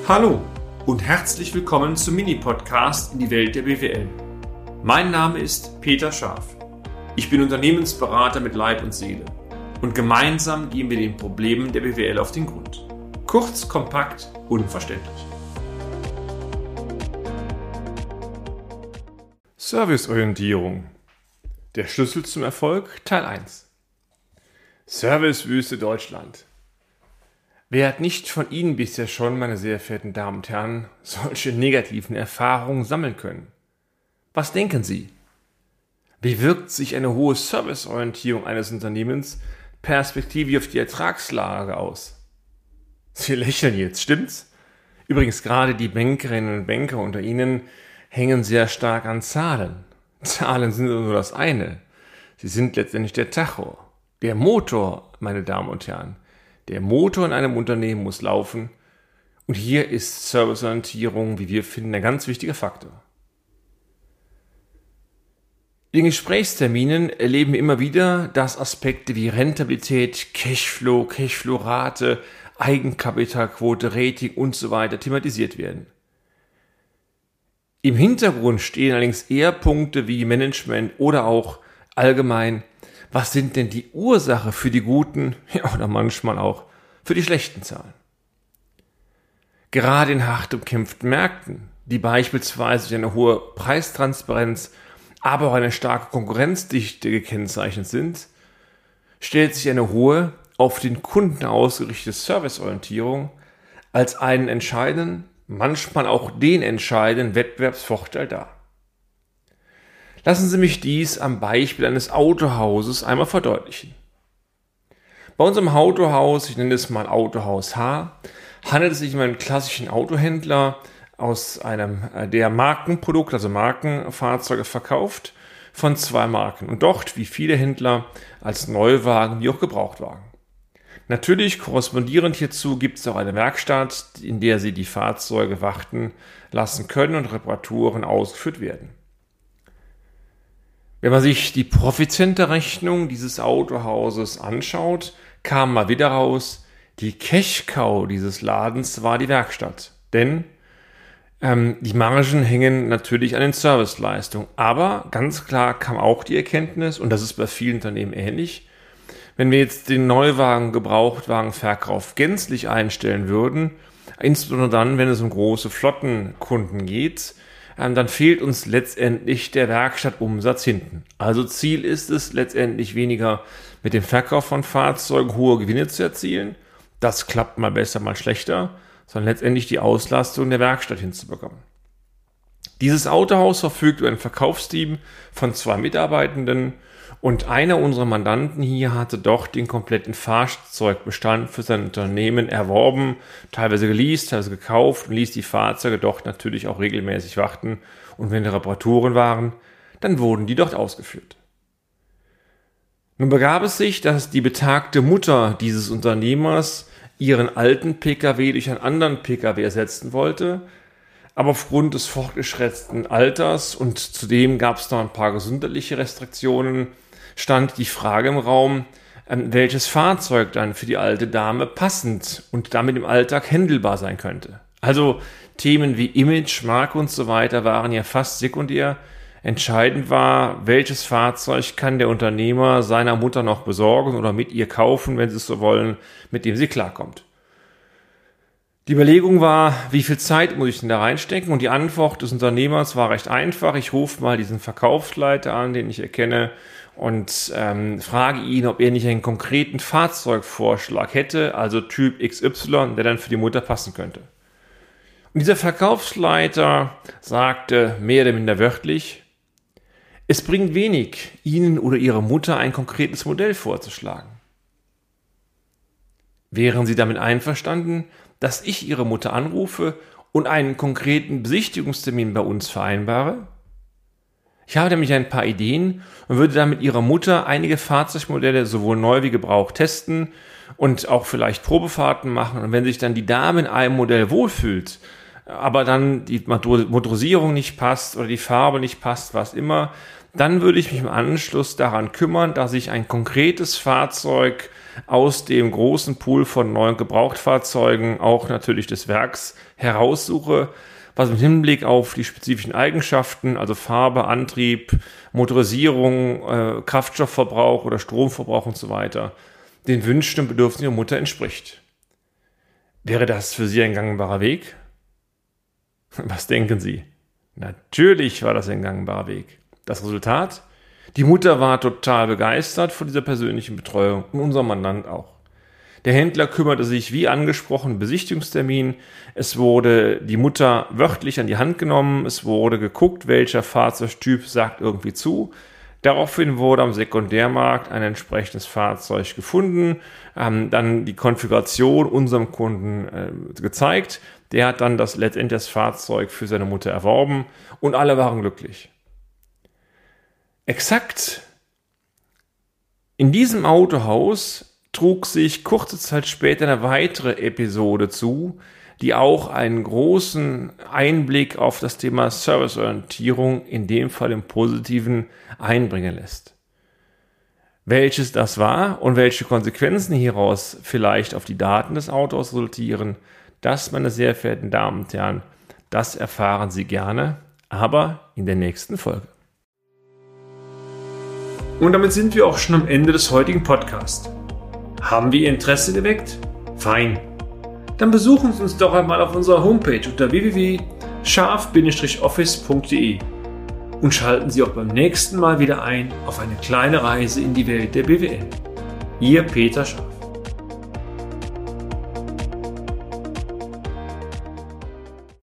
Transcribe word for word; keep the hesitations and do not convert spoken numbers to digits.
Hallo und herzlich willkommen zum Mini-Podcast in die Welt der B W L. Mein Name ist Peter Scharf. Ich bin Unternehmensberater mit Leib und Seele und gemeinsam gehen wir den Problemen der B W L auf den Grund. Kurz, kompakt, unverständlich. Serviceorientierung. Der Schlüssel zum Erfolg, Teil eins. Servicewüste Deutschland. Wer hat nicht von Ihnen bisher schon, meine sehr verehrten Damen und Herren, solche negativen Erfahrungen sammeln können? Was denken Sie? Wie wirkt sich eine hohe Serviceorientierung eines Unternehmens perspektivisch auf die Ertragslage aus? Sie lächeln jetzt, stimmt's? Übrigens, gerade die Bankerinnen und Banker unter Ihnen hängen sehr stark an Zahlen. Zahlen sind nur das eine. Sie sind letztendlich der Tacho, der Motor, meine Damen und Herren. Der Motor in einem Unternehmen muss laufen und hier ist Serviceorientierung, wie wir finden, ein ganz wichtiger Faktor. In Gesprächsterminen erleben wir immer wieder, dass Aspekte wie Rentabilität, Cashflow, Cashflow-Rate, Eigenkapitalquote, Rating und so weiter thematisiert werden. Im Hintergrund stehen allerdings eher Punkte wie Management oder auch allgemein, was sind denn die Ursache für die guten, ja oder manchmal auch für die schlechten Zahlen? Gerade in hart umkämpften Märkten, die beispielsweise durch eine hohe Preistransparenz, aber auch eine starke Konkurrenzdichte gekennzeichnet sind, stellt sich eine hohe, auf den Kunden ausgerichtete Serviceorientierung als einen entscheidenden, manchmal auch den entscheidenden Wettbewerbsvorteil dar. Lassen Sie mich dies am Beispiel eines Autohauses einmal verdeutlichen. Bei unserem Autohaus, ich nenne es mal Autohaus H, handelt es sich um einen klassischen Autohändler aus einem, der Markenprodukt, also Markenfahrzeuge verkauft, von zwei Marken und dort, wie viele Händler, als Neuwagen wie auch Gebrauchtwagen. Natürlich, korrespondierend hierzu gibt es auch eine Werkstatt, in der Sie die Fahrzeuge warten lassen können und Reparaturen ausgeführt werden. Wenn man sich die Profizenterrechnung dieses Autohauses anschaut, kam mal wieder raus, die Cash-Cow dieses Ladens war die Werkstatt. Denn ähm, die Margen hängen natürlich an den Serviceleistungen. Aber ganz klar kam auch die Erkenntnis, und das ist bei vielen Unternehmen ähnlich, wenn wir jetzt den Neuwagen, Gebrauchtwagenverkauf gänzlich einstellen würden, insbesondere dann, wenn es um große Flottenkunden geht, dann fehlt uns letztendlich der Werkstattumsatz hinten. Also Ziel ist es letztendlich weniger mit dem Verkauf von Fahrzeugen hohe Gewinne zu erzielen. Das klappt mal besser, mal schlechter, sondern letztendlich die Auslastung der Werkstatt hinzubekommen. Dieses Autohaus verfügt über ein Verkaufsteam von zwei Mitarbeitenden und einer unserer Mandanten hier hatte doch den kompletten Fahrzeugbestand für sein Unternehmen erworben, teilweise geleast, teilweise gekauft und ließ die Fahrzeuge dort natürlich auch regelmäßig warten. Und wenn Reparaturen waren, dann wurden die dort ausgeführt. Nun begab es sich, dass die betagte Mutter dieses Unternehmers ihren alten Pkw durch einen anderen Pkw ersetzen wollte, aber aufgrund des fortgeschrittenen Alters und zudem gab es noch ein paar gesundheitliche Restriktionen, stand die Frage im Raum, welches Fahrzeug dann für die alte Dame passend und damit im Alltag händelbar sein könnte. Also Themen wie Image, Marke und so weiter waren ja fast sekundär. Entscheidend war, welches Fahrzeug kann der Unternehmer seiner Mutter noch besorgen oder mit ihr kaufen, wenn sie es so wollen, mit dem sie klarkommt. Die Überlegung war, wie viel Zeit muss ich denn da reinstecken? Und die Antwort des Unternehmers war recht einfach. Ich rufe mal diesen Verkaufsleiter an, den ich erkenne, und ähm, frage ihn, ob er nicht einen konkreten Fahrzeugvorschlag hätte, also Typ X Y, der dann für die Mutter passen könnte. Und dieser Verkaufsleiter sagte mehr oder minder wörtlich, es bringt wenig, Ihnen oder Ihrer Mutter ein konkretes Modell vorzuschlagen. Wären Sie damit einverstanden, dass ich Ihre Mutter anrufe und einen konkreten Besichtigungstermin bei uns vereinbare? Ich habe nämlich ein paar Ideen und würde dann mit Ihrer Mutter einige Fahrzeugmodelle sowohl neu wie gebraucht testen und auch vielleicht Probefahrten machen. Und wenn sich dann die Dame in einem Modell wohlfühlt, aber dann die Motorisierung nicht passt oder die Farbe nicht passt, was immer, dann würde ich mich im Anschluss daran kümmern, dass ich ein konkretes Fahrzeug aus dem großen Pool von neuen Gebrauchtfahrzeugen auch natürlich des Werks heraussuche, was mit Hinblick auf die spezifischen Eigenschaften, also Farbe, Antrieb, Motorisierung, äh, Kraftstoffverbrauch oder Stromverbrauch und so weiter, den Wünschen und Bedürfnissen Ihrer Mutter entspricht. Wäre das für Sie ein gangbarer Weg? Was denken Sie? Natürlich war das ein gangbarer Weg. Das Resultat? Die Mutter war total begeistert von dieser persönlichen Betreuung und unser Mandant auch. Der Händler kümmerte sich, wie angesprochen, um Besichtigungstermin. Es wurde die Mutter wörtlich an die Hand genommen. Es wurde geguckt, welcher Fahrzeugtyp sagt irgendwie zu. Daraufhin wurde am Sekundärmarkt ein entsprechendes Fahrzeug gefunden, ähm, dann die Konfiguration unserem Kunden äh, gezeigt. Der hat dann das letztendlich das Fahrzeug für seine Mutter erworben und alle waren glücklich. Exakt in diesem Autohaus trug sich kurze Zeit später eine weitere Episode zu, die auch einen großen Einblick auf das Thema Serviceorientierung, in dem Fall im Positiven, einbringen lässt. Welches das war und welche Konsequenzen hieraus vielleicht auf die Daten des Autos resultieren, das, meine sehr verehrten Damen und Herren, das erfahren Sie gerne, aber in der nächsten Folge. Und damit sind wir auch schon am Ende des heutigen Podcasts. Haben wir Ihr Interesse geweckt? Fein. Dann besuchen Sie uns doch einmal auf unserer Homepage unter w w w punkt scharf Bindestrich office punkt d e und schalten Sie auch beim nächsten Mal wieder ein auf eine kleine Reise in die Welt der B W L. Ihr Peter Scharf.